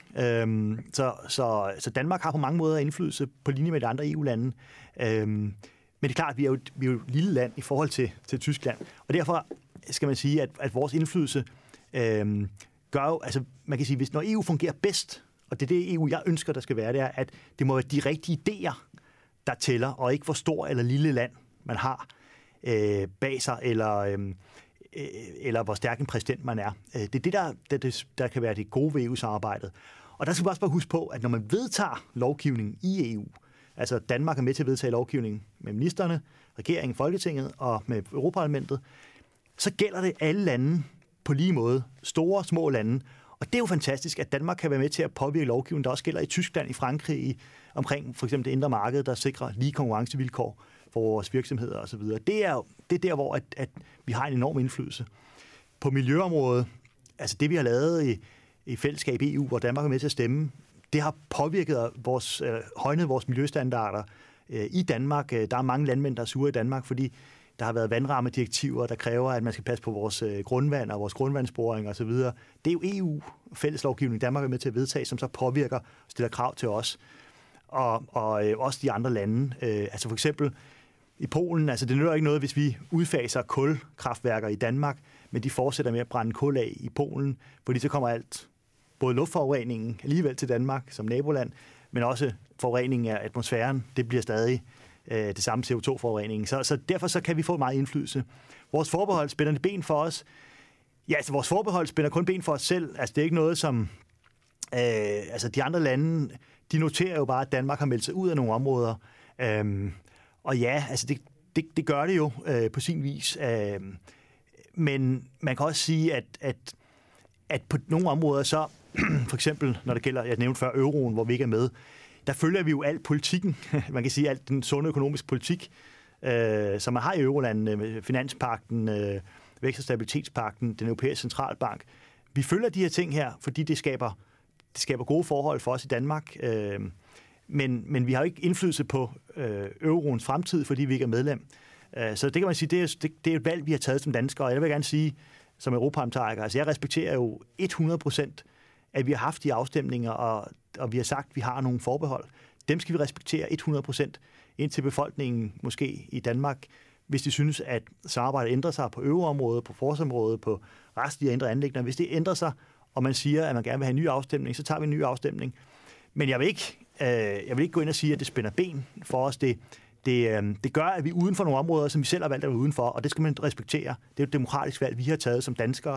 Så Danmark har på mange måder indflydelse på linje med de andre EU-lande. Men det er klart, at vi er jo et lille land i forhold til Tyskland. Og derfor skal man sige, at vores indflydelse gør jo, altså man kan sige, hvis når EU fungerer bedst, og det er det EU, jeg ønsker, der skal være, det er, at det må være de rigtige idéer, der tæller, og ikke hvor stor eller lille land man har bag sig, eller hvor stærk en præsident man er. Det er det, der kan være det gode ved EU-samarbejdet. Og der skal vi også bare huske på, at når man vedtager lovgivning i EU, altså Danmark er med til at vedtage lovgivning med ministerne, regeringen, Folketinget og med Europaparlamentet, så gælder det alle lande på lige måde. Store, små lande. Og det er jo fantastisk, at Danmark kan være med til at påvirke lovgivning, der også gælder i Tyskland, i Frankrig, omkring for eksempel det indre marked, der sikrer lige konkurrencevilkår for vores virksomheder osv. Det er der, hvor at vi har en enorm indflydelse. På miljøområdet, altså det vi har lavet i fællesskab i EU, hvor Danmark er med til at stemme, det har påvirket højnet vores miljøstandarder i Danmark. Der er mange landmænd, der er sure i Danmark, fordi der har været vandrammedirektiver, der kræver, at man skal passe på vores grundvand og vores grundvandsboring osv. Det er jo EU-fælleslovgivning, Danmark er med til at vedtage, som så påvirker og stiller krav til os. Og også de andre lande. Altså for eksempel i Polen, altså det nytter ikke noget, hvis vi udfaser kulkraftværker i Danmark, men de fortsætter med at brænde kul af i Polen, fordi så kommer alt, både luftforureningen alligevel til Danmark som naboland, men også forureningen af atmosfæren, det bliver stadig det samme CO2-forurening. Så derfor så kan vi få meget indflydelse. Vores forbehold spænder det ben for os. Ja, altså vores forbehold spænder kun ben for os selv. Altså det er ikke noget, som altså de andre lande, de noterer jo bare, at Danmark har meldt sig ud af nogle områder. Og ja, altså det gør det jo på sin vis. Men man kan også sige, at på nogle områder så, for eksempel når det gælder, jeg nævnte før euroen, hvor vi ikke er med, der følger vi jo alt politikken, man kan sige alt den sunde økonomiske politik, som man har i eurolandene, finanspagten, vækst- og stabilitetspagten, den europæiske centralbank. Vi følger de her ting her, fordi det skaber gode forhold for os i Danmark, men vi har jo ikke indflydelse på euroens fremtid, fordi vi ikke er medlem. Så det kan man sige, det er et valg, vi har taget som danskere, og jeg vil gerne sige, som europaparlamentariker, altså jeg respekterer jo 100%, at vi har haft de afstemninger, og vi har sagt, at vi har nogle forbehold. Dem skal vi respektere 100%, indtil befolkningen måske i Danmark, hvis de synes, at samarbejdet ændrer sig på euroområdet, på forsområdet, på resten af indre anliggender. Hvis det ændrer sig, og man siger, at man gerne vil have en ny afstemning, så tager vi en ny afstemning. Men jeg vil ikke gå ind og sige, at det spænder ben for os. Det gør, at vi er uden for nogle områder, som vi selv har valgt at være udenfor, og det skal man respektere. Det er jo et demokratisk valg, vi har taget som danskere.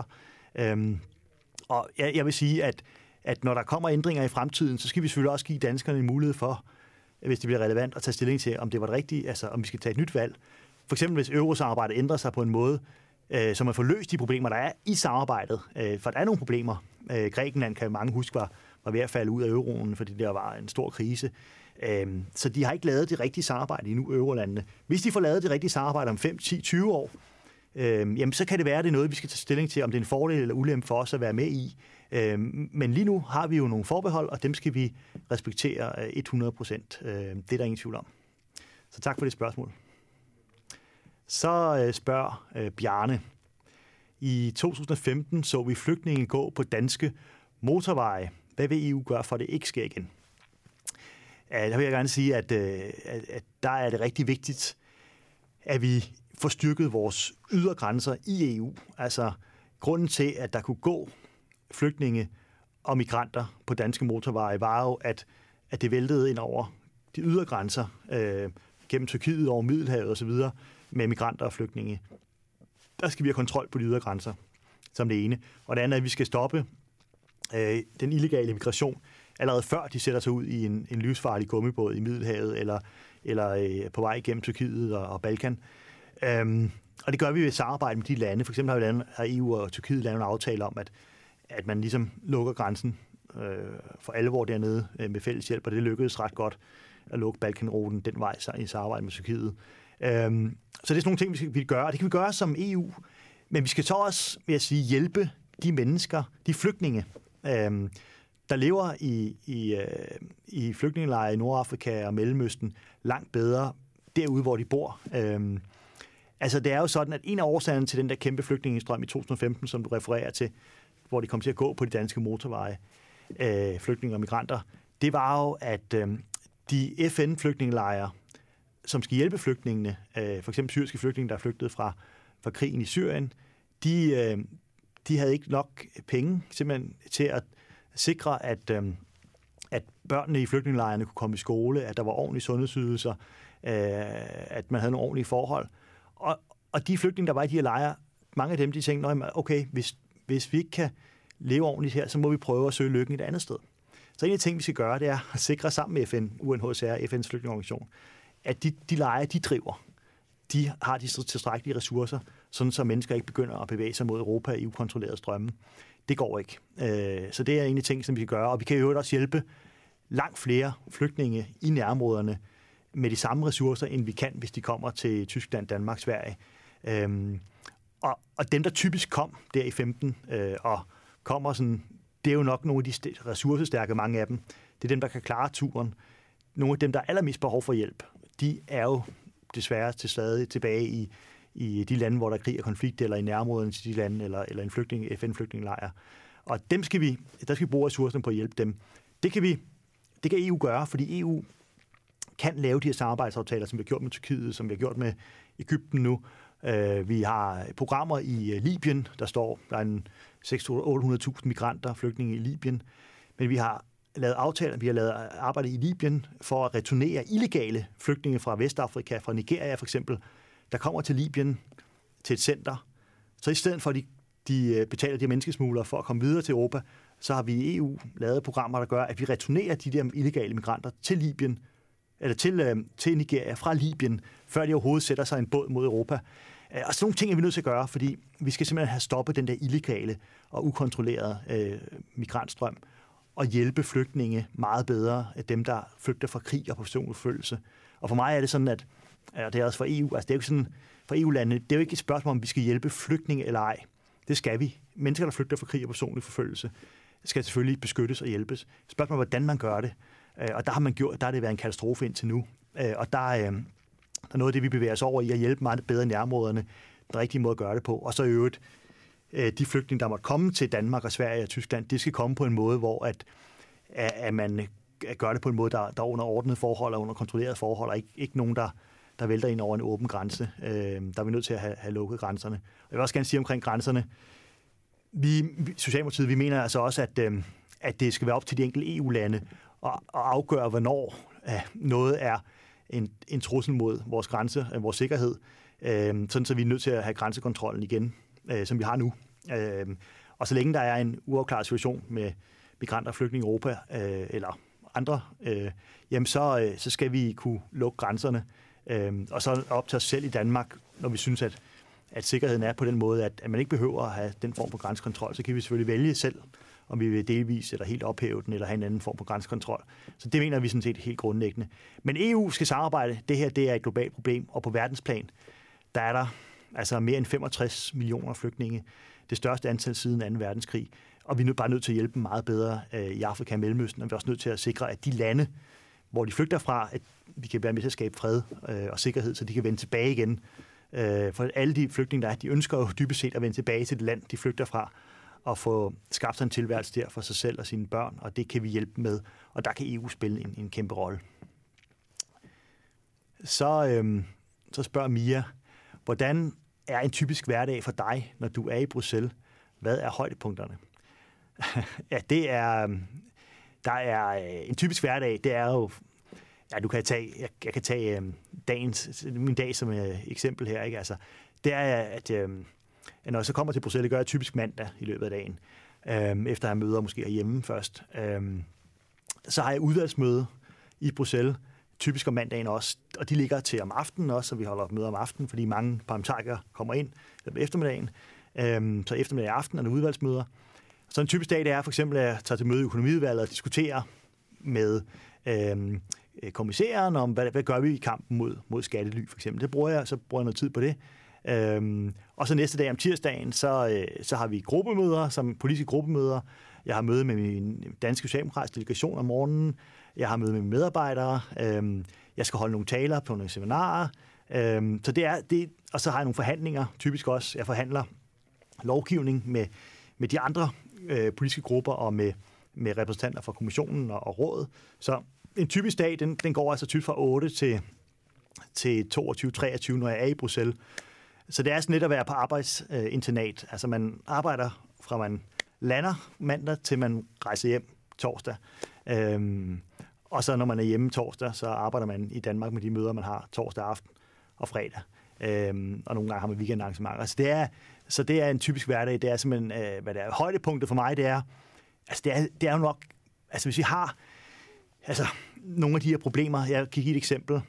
Og jeg vil sige, at når der kommer ændringer i fremtiden, så skal vi selvfølgelig også give danskerne en mulighed for, hvis det bliver relevant, at tage stilling til, om det var det rigtige, altså om vi skal tage et nyt valg. For eksempel hvis eurosamarbejdet ændrer sig på en måde, så man får løst de problemer, der er i samarbejdet. For der er nogle problemer. Grækenland, kan mange huske, var ved at falde ud af euroen, fordi der var en stor krise. Så de har ikke lavet det rigtige samarbejde endnu, eurolandene. Hvis de får lavet det rigtige samarbejde om 5, 10, 20 år, jamen så kan det være, at det er noget, vi skal tage stilling til, om det er en fordel eller ulempe for os at være med i. Men lige nu har vi jo nogle forbehold, og dem skal vi respektere 100%. Det er der ingen tvivl om. Så tak for det spørgsmål. Så spørger Bjarne. I 2015 så vi flygtninge gå på danske motorveje. Hvad vil EU gøre for, at det ikke sker igen? Der vil jeg gerne sige, at der er det rigtig vigtigt, at vi får styrket vores ydre grænser i EU. Altså grunden til, at der kunne gå flygtninge og migranter på danske motorveje, var jo, at det væltede ind over de ydre grænser, gennem Tyrkiet, over Middelhavet osv., med migranter og flygtninge. Der skal vi have kontrol på de ydre grænser, som det ene. Og det andet er, at vi skal stoppe den illegale migration, allerede før de sætter sig ud i en livsfarlig gummibåd i Middelhavet, eller på vej igennem Tyrkiet og Balkan. Og det gør vi ved samarbejde med de lande. For eksempel har EU og Tyrkiet lavet en aftale om, at man ligesom lukker grænsen for alvor dernede med fælles hjælp, og det lykkedes ret godt at lukke Balkanruten den vej i samarbejde med Tyrkiet. Så det er sådan nogle ting, vi skal gøre, og det kan vi gøre som EU, men vi skal så også, vil jeg sige, hjælpe de mennesker, de flygtninge, der lever i flygtningelejre i Nordafrika og Mellemøsten langt bedre derude, hvor de bor. Altså, det er jo sådan, at en af årsagerne til den der kæmpe flygtningestrøm i 2015, som du refererer til, hvor de kom til at gå på de danske motorveje, flygtninge og migranter, det var jo, at de FN-flygtningelejre, som skal hjælpe flygtningene, for eksempel syriske flygtninge, der er flygtet fra krigen i Syrien, de havde ikke nok penge simpelthen til at sikre, at børnene i flygtningelejrene kunne komme i skole, at der var ordentlige sundhedsydelser, at man havde nogle ordentlige forhold. Og de flygtninge, der var i de her lejre, mange af dem, de tænkte, okay, hvis vi ikke kan leve ordentligt her, så må vi prøve at søge lykken et andet sted. Så en af de ting, vi skal gøre, det er at sikre sammen med FN, UNHCR, FN's flygtningeorganisation, at de lejre, de driver, de har de tilstrækkelige ressourcer, sådan så mennesker ikke begynder at bevæge sig mod Europa i ukontrollerede strømme. Det går ikke. Så det er en af de ting, som vi kan gøre. Og vi kan jo også hjælpe langt flere flygtninge i nærområderne med de samme ressourcer, end vi kan, hvis de kommer til Tyskland, Danmark, Sverige. Og dem, der typisk kom der i 15 og kommer sådan, det er jo nok nogle af de ressourcestærke, mange af dem. Det er dem, der kan klare turen. Nogle af dem, der er allermest behov for hjælp, de er jo desværre til stadig tilbage i de lande, hvor der er krig og konflikt, eller i nærområderne til de lande, eller en FN-flygtningelejr. Og der skal vi bruge ressourcerne på at hjælpe dem. Det kan EU gøre, fordi EU kan lave de her samarbejdsaftaler, som vi har gjort med Tyrkiet, som vi har gjort med Egypten nu. Vi har programmer i Libyen, der er en 600-800.000 migranter, flygtninge i Libyen. Men vi har lavet aftaler, vi har lavet arbejde i Libyen for at returnere illegale flygtninge fra Vestafrika, fra Nigeria for eksempel, der kommer til Libyen til et center. Så i stedet for, at de betaler de menneskesmuglere for at komme videre til Europa, så har vi i EU lavet programmer, der gør, at vi returnerer de der illegale migranter til Libyen, eller til Nigeria fra Libyen, før de overhovedet sætter sig en båd mod Europa. Og sådan nogle ting er vi nødt til at gøre, fordi vi skal simpelthen have stoppet den der illegale og ukontrollerede migrantstrøm og hjælpe flygtninge meget bedre af dem, der flygter fra krig og personforfølgelse. Og for mig er det sådan, at og det er også for EU, altså det er jo ikke sådan, for EU-landene, det er jo ikke et spørgsmål, om vi skal hjælpe flygtninge eller ej. Det skal vi. Mennesker, der flygter fra krig og personlig forfølgelse, skal selvfølgelig beskyttes og hjælpes. Spørgsmålet er, hvordan man gør det. Og der har det været en katastrofe indtil nu. Og der er noget af det, vi bevæger os over i at hjælpe meget bedre i nærområderne. Den rigtige måde at gøre det på. Og så i øvrigt, de flygtninge, der måtte komme til Danmark og Sverige og Tyskland, det skal komme på en måde, hvor at man gør det på en måde, der er under ordnede forhold og under kontrollerede forhold, og ikke nogen, der vælter ind over en åben grænse. Der er vi nødt til at have lukket grænserne. Og jeg vil også gerne sige omkring grænserne, Socialdemokratiet, vi mener altså også, at det skal være op til de enkelte EU-lande at afgøre, hvornår noget er en trussel mod vores grænse, vores sikkerhed, sådan så vi er nødt til at have grænsekontrollen igen, som vi har nu. Og så længe der er en uafklaret situation med migranter og flygtninge i Europa eller andre, jamen så skal vi kunne lukke grænserne. Og så op til os selv i Danmark, når vi synes, at sikkerheden er på den måde, at man ikke behøver at have den form for grænsekontrol, så kan vi selvfølgelig vælge selv, om vi vil delvis eller helt ophæve den, eller have en anden form for grænsekontrol. Så det mener vi sådan set helt grundlæggende. Men EU skal samarbejde. Det her, det er et globalt problem, og på verdensplan, der er der altså mere end 65 millioner flygtninge. Det største antal siden 2. verdenskrig. Og vi er bare nødt til at hjælpe dem meget bedre i Afrika og Mellemøsten, og vi er også nødt til at sikre, at de lande, hvor de flygter fra, at vi kan være med til at skabe fred og sikkerhed, så de kan vende tilbage igen. For alle de flygtninge, der er, de ønsker jo dybest set at vende tilbage til det land, de flygter fra, og få skabt sig en tilværelse der for sig selv og sine børn, og det kan vi hjælpe med, og der kan EU spille en kæmpe rolle. Så spørger Mia, hvordan er en typisk hverdag for dig, når du er i Bruxelles? Hvad er højdepunkterne? Ja, der er en typisk hverdag, det er jo, ja, jeg kan tage min dag som eksempel her, ikke? Altså, det er, at når jeg så kommer til Bruxelles, det gør jeg typisk mandag i løbet af dagen, efter at jeg møder måske herhjemme først. Så har jeg udvalgsmøde i Bruxelles, typisk om mandagen også, og de ligger til om aftenen også, så vi holder møder om aftenen, fordi mange parlamentarikere kommer ind eftermiddagen. Så eftermiddag og aften er der udvalgsmøder. Så en typisk dag, det er for eksempel, at jeg tager til møde i økonomiudvalget og diskuterer med kommissæren om, hvad gør vi i kampen mod skattely, for eksempel. Så bruger jeg noget tid på det. Og så næste dag om tirsdagen, så har vi gruppemøder, som politiske gruppemøder, Jeg har møde med min danske socialdemokratiske delegation om morgenen. Jeg har møde med mine medarbejdere. Jeg skal holde nogle taler på nogle seminarer. Så det er det, og så har jeg nogle forhandlinger, typisk også. Jeg forhandler lovgivning med de andre politiske grupper og med repræsentanter fra kommissionen og rådet. Så en typisk dag, den går altså typisk fra 8 til 22-23, når jeg er i Bruxelles. Så det er sådan lidt at være på arbejdsinternat. Altså man arbejder fra man lander mandag til man rejser hjem torsdag. Og så når man er hjemme torsdag, så arbejder man i Danmark med de møder, man har torsdag aften og fredag. Og nogle gange har man weekendarrangementer. Så det er en typisk hverdag. Det er simpelthen, hvad det er. Højdepunktet for mig, det er jo nok, altså hvis vi har nogle af de her problemer. Jeg kan give et eksempel.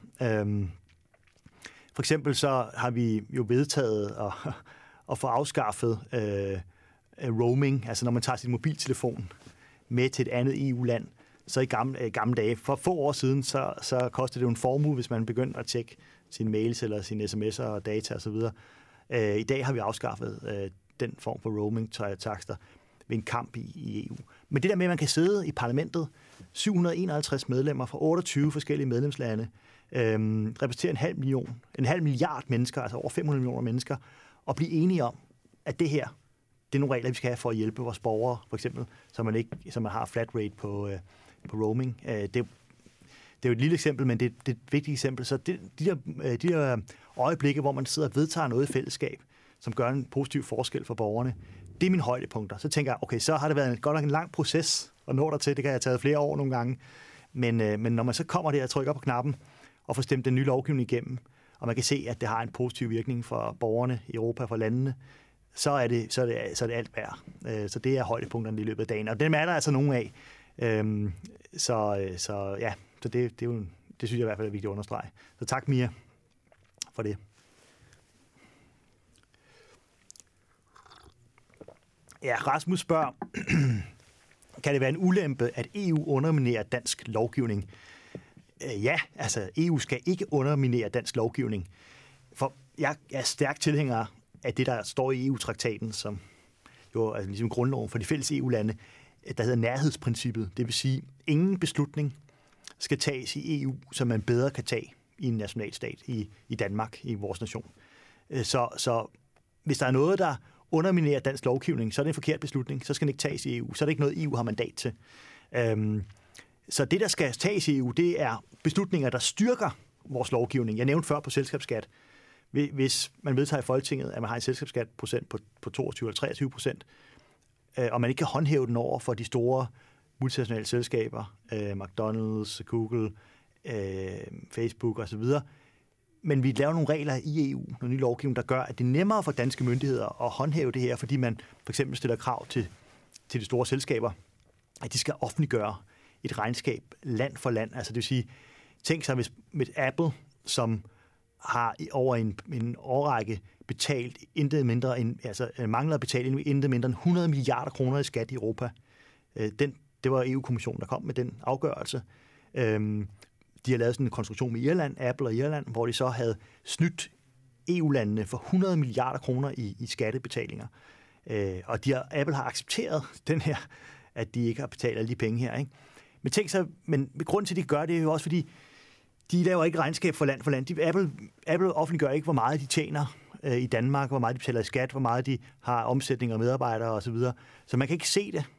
For eksempel så har vi jo vedtaget at få afskaffet roaming, altså når man tager sin mobiltelefon med til et andet EU-land, så i gamle dage, for få år siden, så kostede det jo en formue, hvis man begyndte at tjekke sine mails eller sine sms'er og data osv. I dag har vi afskaffet den form for roaming-takster ved en kamp i EU. Men det der med, at man kan sidde i parlamentet, 751 medlemmer fra 28 forskellige medlemslande, repræsenterer en halv milliard mennesker, altså over 500 millioner mennesker, og blive enige om, at det her, det er nogle regler, vi skal have for at hjælpe vores borgere, for eksempel, så man har flat rate på roaming. Det er jo et lille eksempel, men det er et vigtigt eksempel. Så de der øjeblikke, hvor man sidder og vedtager noget i fællesskab, som gør en positiv forskel for borgerne, det er mine højdepunkter. Så tænker jeg, okay, så har det været godt nok en lang proces at nå dertil. Det kan have taget flere år nogle gange. Men når man så kommer der og trykker på knappen og får stemt den nye lovgivning igennem, og man kan se, at det har en positiv virkning for borgerne i Europa og for landene, så er det alt værd. Så det er højdepunkterne i løbet af dagen. Og dem er der altså nogle af. Så det synes jeg i hvert fald er vigtigt at understrege. Så tak, Mia, for det. Ja, Rasmus spørger, kan det være en ulempe, at EU underminerer dansk lovgivning? Ja, altså EU skal ikke underminere dansk lovgivning. For jeg er stærk tilhænger af det, der står i EU-traktaten, som jo er ligesom grundloven for de fælles EU-lande, der hedder nærhedsprincippet. Det vil sige, ingen beslutning skal tages i EU, som man bedre kan tage i en nationalstat, i Danmark, i vores nation. Så hvis der er noget, der underminerer dansk lovgivning, så er det en forkert beslutning. Så skal den ikke tages i EU. Så er det ikke noget, EU har mandat til. Så det, der skal tages i EU, det er beslutninger, der styrker vores lovgivning. Jeg nævnte før på selskabsskat. Hvis man vedtager i Folketinget, at man har en selskabsskat på 22 eller 23%, og man ikke kan håndhæve den over for de store multinationale selskaber, McDonald's, Google, Facebook osv., men vi laver nogle regler i EU, nogle nye lovgivning, der gør, at det er nemmere for danske myndigheder at håndhæve det her, fordi man for eksempel stiller krav til de store selskaber, at de skal offentliggøre et regnskab land for land. Altså det vil sige, tænk sig, hvis Apple, som har over en årrække betalt intet mindre end, altså mangler at betale intet mindre end 100 milliarder kroner i skat i Europa. Det var EU-kommissionen, der kom med den afgørelse. De har lavet sådan en konstruktion med Irland, Apple og Irland, hvor de så havde snydt EU-landene for 100 milliarder kroner i skattebetalinger. Og Apple har accepteret den her, at de ikke har betalt alle de penge her. Ikke? Men tænk så, men grund til, at de gør det, er jo også, fordi de laver ikke regnskab for land. Apple offentliggør ikke, hvor meget de tjener i Danmark, hvor meget de betaler i skat, hvor meget de har omsætning og medarbejdere osv. Så man kan ikke se det.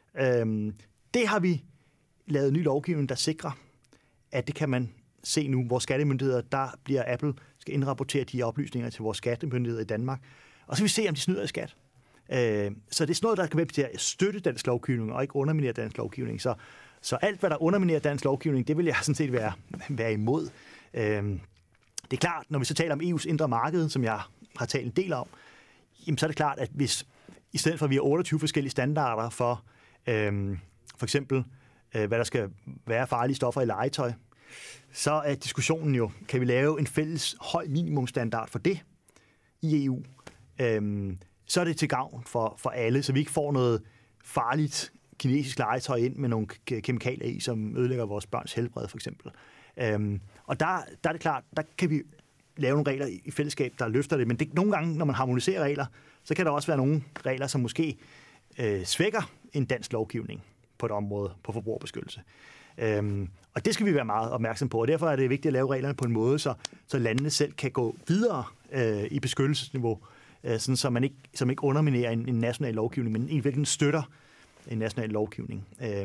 Det har vi lavet ny lovgivning, der sikrer, at det kan man se nu. Vores skattemyndigheder, der bliver Apple, skal indrapportere de oplysninger til vores skattemyndigheder i Danmark. Og så vil vi se, om de snyder i skat. Så det er sådan noget, der kan være til at støtte dansk lovgivning, og ikke underminere dansk lovgivning. Så alt, hvad der underminerer dansk lovgivning, det vil jeg sådan set være imod. Det er klart, når vi så taler om EU's indre marked, som jeg har talt en del om, jamen, så er det klart, at hvis i stedet for, at vi har 28 forskellige standarder for eksempel, hvad der skal være farlige stoffer i legetøj, så er diskussionen jo, kan vi lave en fælles høj minimumstandard for det i EU? Så er det til gavn for alle, så vi ikke får noget farligt kinesisk legetøj ind med nogle kemikalier i, som ødelægger vores børns helbred, for eksempel. Og der er det klart, der kan vi lave nogle regler i fællesskab, der løfter det. Men nogle gange, når man harmoniserer regler, så kan der også være nogle regler, som måske svækker end dansk lovgivning på et område på forbrugerbeskyttelse. Og det skal vi være meget opmærksom på, og derfor er det vigtigt at lave reglerne på en måde, så landene selv kan gå videre i beskyttelsesniveau, sådan, så man ikke underminerer en national lovgivning, men i virkeligheden støtter en national lovgivning.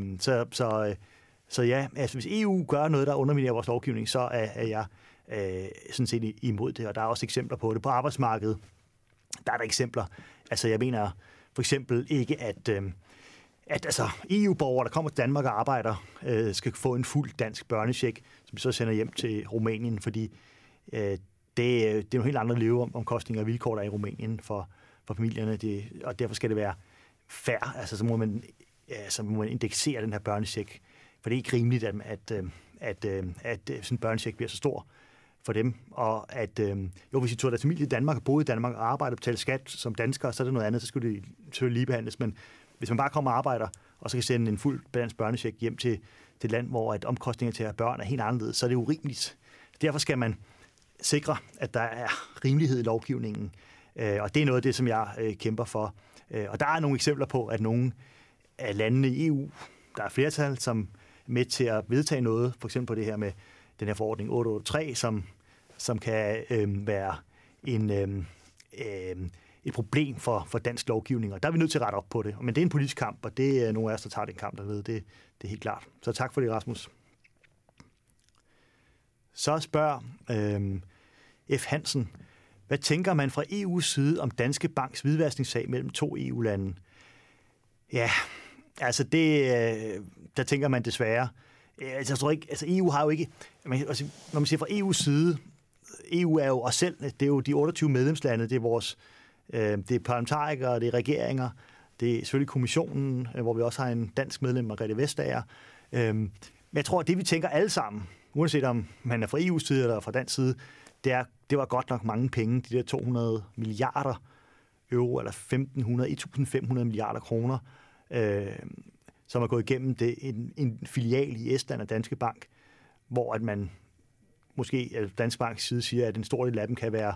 Så ja, altså hvis EU gør noget, der underminerer vores lovgivning, så er jeg sådan set imod det, og der er også eksempler på det. På arbejdsmarkedet, der er der eksempler. Altså jeg mener for eksempel ikke, at altså EU-borgere, der kommer til Danmark og arbejder, skal få en fuld dansk børnecheck, som så sender hjem til Rumænien, fordi det er nogle helt andre leveomkostninger og vilkår, der er i Rumænien for familierne, og derfor skal det være fair. Altså så må man indeksere den her børnecheck, for det er ikke rimeligt, at sådan en børnecheck bliver så stor for dem, og at hvis de tog deres familie i Danmark og boede i Danmark og arbejder og betaler skat som danskere, så er det noget andet, så skulle det selvfølgelig ligebehandles, men hvis man bare kommer og arbejder, og så kan sende en fuld dansk børnecheck hjem til et land, hvor at omkostninger til at have børn er helt anderledes, så er det urimeligt. Derfor skal man sikre, at der er rimelighed i lovgivningen, og det er noget af det, som jeg kæmper for. Og der er nogle eksempler på, at nogle af landene i EU, der er flertal, som er med til at vedtage noget, for eksempel på det her med den her forordning 883, som kan være et problem for dansk lovgivning, og der er vi nødt til at rette op på det. Men det er en politisk kamp, og det er nogle af os, der tager den kamp dernede. Det er helt klart. Så tak for det, Rasmus. Så spørger F. Hansen, hvad tænker man fra EU's side om Danske Banks hvidvaskningssag mellem 2 EU-lande? Ja, altså der tænker man desværre. Altså, jeg tror ikke, altså EU har jo ikke, når man siger fra EU's side, EU er jo os selv, det er jo de 28 medlemslande, det er vores, det er parlamentarikere, det er regeringer, det er selvfølgelig kommissionen, hvor vi også har en dansk medlem, Margrethe Vestager. Men jeg tror, at det vi tænker alle sammen, uanset om man er fra EU's side eller fra dansk side, det var godt nok mange penge, de der 200 milliarder euro, eller 1.500 milliarder kroner, som er gået igennem en filial i Estland af Danske Bank, hvor at man måske Danske Banks side siger, at en stor del af dem kan være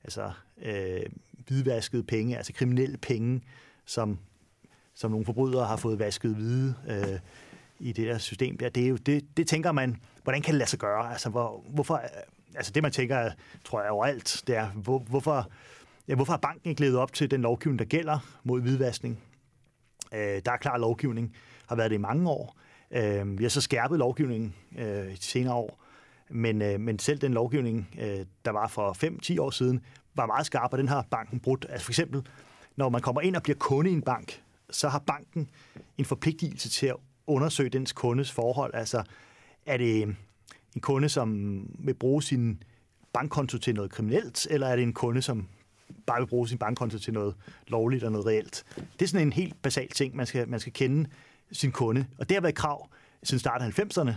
hvidvaskede penge, altså kriminelle penge, som nogle forbrydere har fået vasket hvide i det der system. Ja, det tænker man, hvordan kan det lade sig gøre? Altså, hvorfor? Altså det, man tænker, tror jeg overalt, det er, hvorfor har banken ikke levet op til den lovgivning, der gælder mod hvidvaskning? Der er klar lovgivning, har været det i mange år. Vi har så skærpet lovgivningen i senere år, men selv den lovgivning, der var for 5-10 år siden, var meget skarp, og den har banken brudt. Altså for eksempel, når man kommer ind og bliver kunde i en bank, så har banken en forpligtelse til at undersøge dens kundes forhold. Altså er det en kunde, som vil bruge sin bankkonto til noget kriminelt, eller er det en kunde, som bare vil bruge sin bankkonto til noget lovligt og noget reelt? Det er sådan en helt basal ting, man skal kende sin kunde. Og det har været et krav siden starten af 90'erne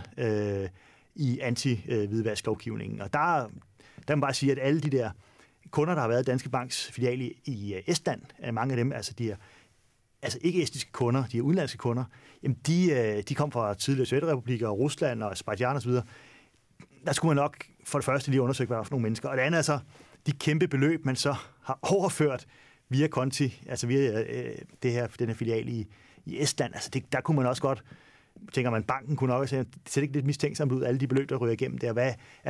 i anti-hvidvasklovgivningen. Og der kan man bare sige, at alle de der kunder, der har været i Danske Banks filial i Estland, mange af dem, altså de er ikke estiske kunder, de er udenlandske kunder, jamen de kom fra tidligere Sovjetrepublikker og Rusland og Aserbajdsjan osv. Der skulle man nok for det første lige undersøge, hvad der er for nogle mennesker. Og det andet er så de kæmpe beløb, man så har overført via konti, altså via den her filial i Estland. Altså der kunne man også godt, tænker man, banken kunne nok også sige, det ser ikke lidt mistænksomt ud, alle de beløb, der ryger igennem der.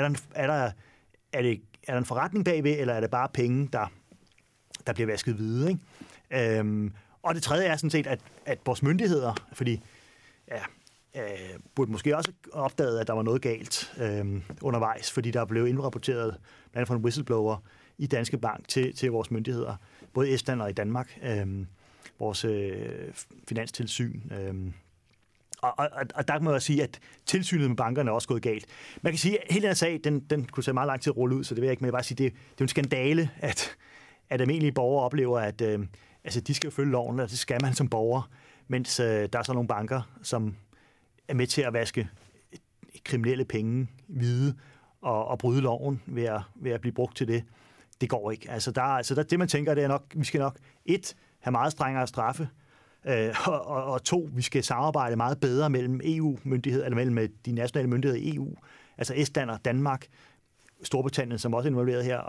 Er der en forretning bagved, eller er det bare penge, der bliver vasket hvide, ikke? Og det tredje er sådan set, at vores myndigheder, fordi burde måske også opdaget, at der var noget galt undervejs, fordi der blev indrapporteret blandt andet fra en whistleblower i Danske Bank til vores myndigheder, både i Estland og i Danmark, vores finanstilsyn. Og der kan man jo sige, at tilsynet med bankerne er også gået galt. Man kan sige, at hele den sag, den kunne tage meget lang tid at rulle ud, så det vil jeg ikke, men jeg bare sige, det er jo en skandale, at almindelige borgere oplever, at de skal følge loven, og det skal man som borger, mens der er så nogle banker, som er med til at vaske kriminelle penge hvide og bryde loven ved at blive brugt til det. Det går ikke. Altså det man tænker, det er nok, vi skal nok have meget strengere straffe, og 2, vi skal samarbejde meget bedre mellem EU-myndigheder, eller mellem de nationale myndigheder i EU, altså Estland og Danmark, Storbritannien, som også er involveret her,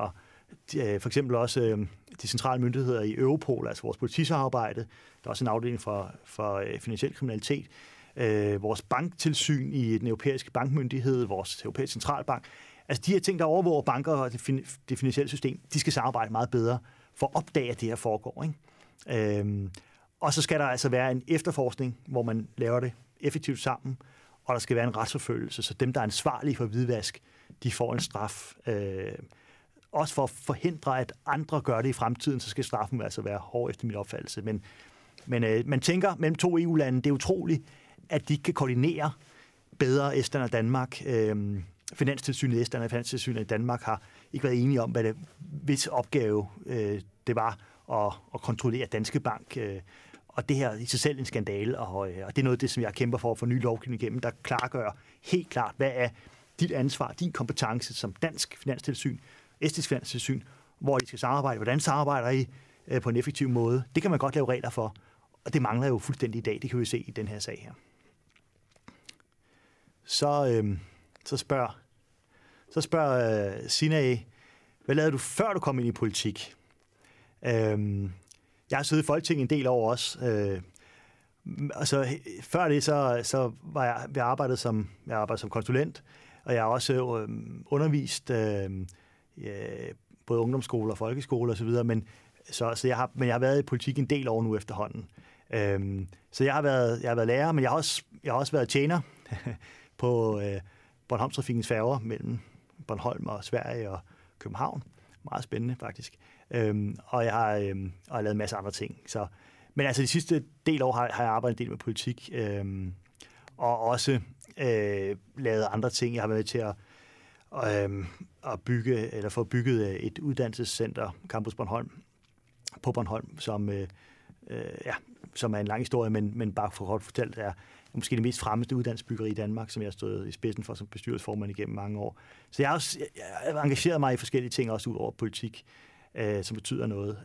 For eksempel også de centrale myndigheder i Europol, altså vores politisamarbejde. Der er også en afdeling for finansiel kriminalitet. Vores banktilsyn i den europæiske bankmyndighed, vores europæiske centralbank. Altså de her ting, der overvåger banker og det finansielle system, de skal samarbejde meget bedre for at opdage, at det her foregår. Ikke? Og så skal der altså være en efterforskning, hvor man laver det effektivt sammen, og der skal være en retsforfølgelse, så dem, der er ansvarlige for hvidvask, de får en straf. Også for at forhindre, at andre gør det i fremtiden, så skal straffen altså være hård efter min opfattelse. Men man tænker mellem 2 EU-lande, det er utroligt, at de ikke kan koordinere bedre Estland og Danmark. Finanstilsynet i Estland og Finanstilsynet i Danmark har ikke været enige om, hvis opgave det var at kontrollere Danske Bank. Og det her i sig selv en skandale, og det er noget af det, som jeg kæmper for at få ny lovgivning igennem, der klargør helt klart, hvad er dit ansvar, din kompetence som dansk finanstilsyn, estisk finanstilsyn, hvor de skal samarbejde, hvordan samarbejder I på en effektiv måde. Det kan man godt lave regler for, og det mangler jo fuldstændig i dag. Det kan vi se i den her sag her. Så spørger Sina, hvad lavede du før du kom ind i politik? Jeg har siddet i Folketinget en del år også. Altså, før det så var jeg arbejdet som konsulent, og jeg har også undervist både ungdomsskoler og folkeskoler og så videre, men jeg har været i politik en del år nu efterhånden. Så jeg har været lærer, men jeg har også været tjener på Bornholmstrafikkens færger mellem Bornholm og Sverige og København. Meget spændende faktisk. Og jeg har lavet en masse andre ting. Men altså de sidste del år har jeg arbejdet en del med politik, og også lavet andre ting. Jeg har været med til at bygge, eller få bygget et uddannelsescenter, Campus Bornholm, på Bornholm, som er en lang historie, men bare for kort fortalt er måske det mest fremmeste uddannelsesbyggeri i Danmark, som jeg har stået i spidsen for som bestyrelsesformand igennem mange år. Så jeg har engageret mig i forskellige ting, også ud over politik, som betyder noget.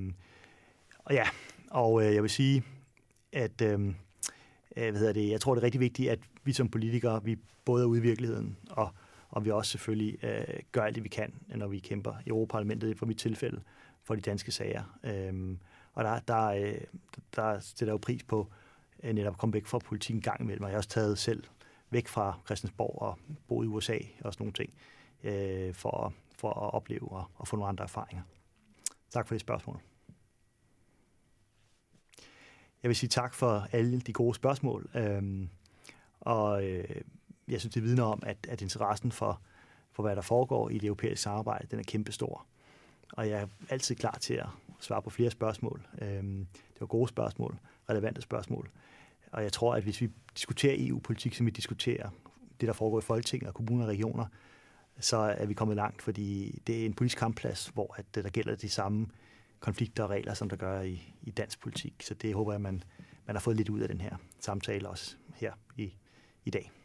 Jeg vil sige, at jeg tror, det er rigtig vigtigt, at vi som politikere, vi både er ude i virkeligheden, og vi også selvfølgelig gør alt det, vi kan, når vi kæmper i Europaparlamentet, for mit tilfælde, for de danske sager. Og der sætter jo pris på netop at komme væk fra politik en gang imellem. Og jeg har også taget selv væk fra Christiansborg og boet i USA og sådan nogle ting, for at opleve og få nogle andre erfaringer. Tak for det spørgsmål. Jeg vil sige tak for alle de gode spørgsmål. Jeg synes, det vidner om, at interessen for hvad der foregår i det europæiske samarbejde, den er kæmpestor. Og jeg er altid klar til at svare på flere spørgsmål. Det var gode spørgsmål, relevante spørgsmål. Og jeg tror, at hvis vi diskuterer EU-politik, som vi diskuterer det, der foregår i Folketinget og kommuner og regioner, så er vi kommet langt, fordi det er en politisk kampplads, hvor der gælder de samme konflikter og regler, som der gør i dansk politik. Så det håber jeg, man har fået lidt ud af den her samtale også her i dag.